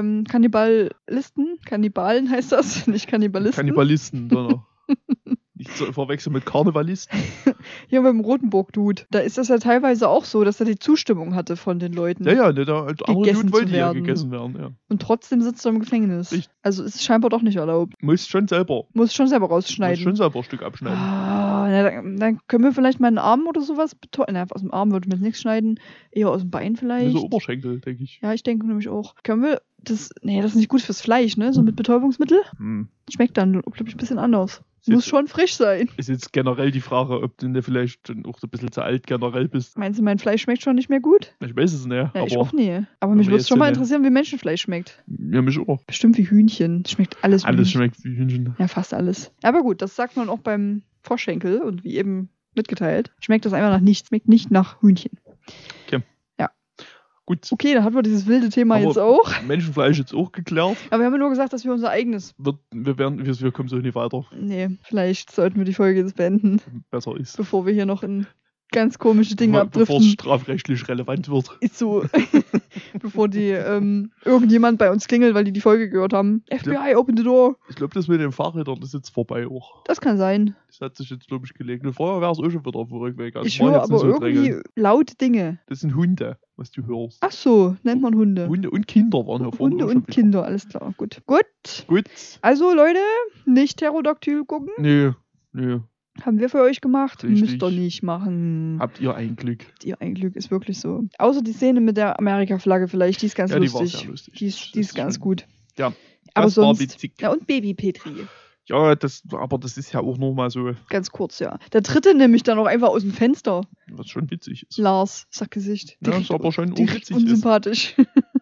Speaker 1: Kannibalen heißt das, nicht Kannibalisten.
Speaker 2: Kannibalisten, sondern nicht zu verwechseln mit Karnevalisten.
Speaker 1: Hier beim Rotenburg-Dude. Da ist das ja teilweise auch so, dass er die Zustimmung hatte von den Leuten.
Speaker 2: Ja, der andere Dude wollte ja gegessen werden. Ja.
Speaker 1: Und trotzdem sitzt er im Gefängnis.
Speaker 2: Richtig.
Speaker 1: Also ist es scheinbar doch nicht erlaubt.
Speaker 2: Muss schon selber
Speaker 1: rausschneiden.
Speaker 2: Muss schon selber ein Stück abschneiden.
Speaker 1: Dann können wir vielleicht meinen Arm oder sowas betäuben. Aus dem Arm würde ich mir jetzt nichts schneiden. Eher aus dem Bein vielleicht.
Speaker 2: So Oberschenkel, denke ich.
Speaker 1: Ja, ich denke nämlich auch. Können wir das ist nicht gut fürs Fleisch, ne? So mit Betäubungsmittel. Schmeckt dann, glaube ich, ein bisschen anders. Muss schon frisch sein.
Speaker 2: Ist jetzt generell die Frage, ob du vielleicht auch ein bisschen zu alt generell bist.
Speaker 1: Meinst du, mein Fleisch schmeckt schon nicht mehr gut?
Speaker 2: Ich weiß es nicht.
Speaker 1: Ja, ich auch nie. Aber mich würde es schon mal interessieren, wie Menschenfleisch schmeckt.
Speaker 2: Ja, mich auch.
Speaker 1: Bestimmt wie Hühnchen. Schmeckt alles wie
Speaker 2: Alles schmeckt wie Hühnchen.
Speaker 1: Ja, fast alles. Aber gut, das sagt man auch beim Froschschenkel und wie eben mitgeteilt. Schmeckt das einfach nach nichts. Schmeckt nicht nach Hühnchen.
Speaker 2: Okay.
Speaker 1: Ja.
Speaker 2: Gut.
Speaker 1: Okay, dann hatten wir dieses wilde Thema jetzt auch.
Speaker 2: Menschenfleisch jetzt auch geklärt.
Speaker 1: Aber wir haben ja nur gesagt, dass wir unser eigenes...
Speaker 2: Wir kommen so nicht weiter.
Speaker 1: Nee, vielleicht sollten wir die Folge jetzt beenden.
Speaker 2: Besser ist.
Speaker 1: Bevor wir hier noch in ganz komische Dinge abdriften.
Speaker 2: Bevor es strafrechtlich relevant wird.
Speaker 1: Ist so. Bevor die irgendjemand bei uns klingelt, weil die Folge gehört haben. FBI, open the door.
Speaker 2: Ich glaube, das mit den Fahrrädern ist jetzt vorbei auch.
Speaker 1: Das kann sein.
Speaker 2: Das hat sich jetzt, glaube ich, gelegt. Vorher wäre es auch schon wieder auf dem Rückweg. Also
Speaker 1: ich höre aber so irgendwie laute Dinge.
Speaker 2: Das sind Hunde, was du hörst.
Speaker 1: Ach so, nennt man Hunde.
Speaker 2: Hunde und Kinder waren hier vorne.
Speaker 1: Hunde und Kinder, alles klar. Gut.
Speaker 2: Gut.
Speaker 1: Also Leute, nicht Pterodactyl gucken.
Speaker 2: Nee.
Speaker 1: Haben wir für euch gemacht.
Speaker 2: Richtig.
Speaker 1: Müsst ihr nicht machen.
Speaker 2: Habt ihr ein Glück.
Speaker 1: Ist wirklich so. Außer die Szene mit der Amerika-Flagge vielleicht, die ist ganz lustig.
Speaker 2: Die war sehr lustig.
Speaker 1: Die ist ganz gut.
Speaker 2: Ja,
Speaker 1: aber
Speaker 2: das
Speaker 1: sonst,
Speaker 2: war witzig.
Speaker 1: Ja, und Baby-Petri.
Speaker 2: Ja, aber das ist ja auch nochmal so.
Speaker 1: Ganz kurz, ja. Der dritte nämlich dann auch einfach aus dem Fenster.
Speaker 2: Was schon witzig ist.
Speaker 1: Lars, Sackgesicht.
Speaker 2: Ja, ist aber schon
Speaker 1: direkt unsympathisch.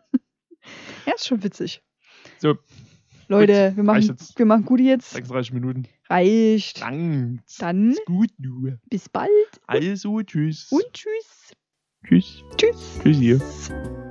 Speaker 1: Ja, ist schon witzig.
Speaker 2: So.
Speaker 1: Leute, wir machen gut jetzt.
Speaker 2: 36 Minuten.
Speaker 1: Reicht.
Speaker 2: Dann.
Speaker 1: Ist
Speaker 2: gut, nur.
Speaker 1: Bis bald.
Speaker 2: Also, tschüss.
Speaker 1: Und tschüss.
Speaker 2: Tschüss.
Speaker 1: Tschüss.
Speaker 2: Tschüssi.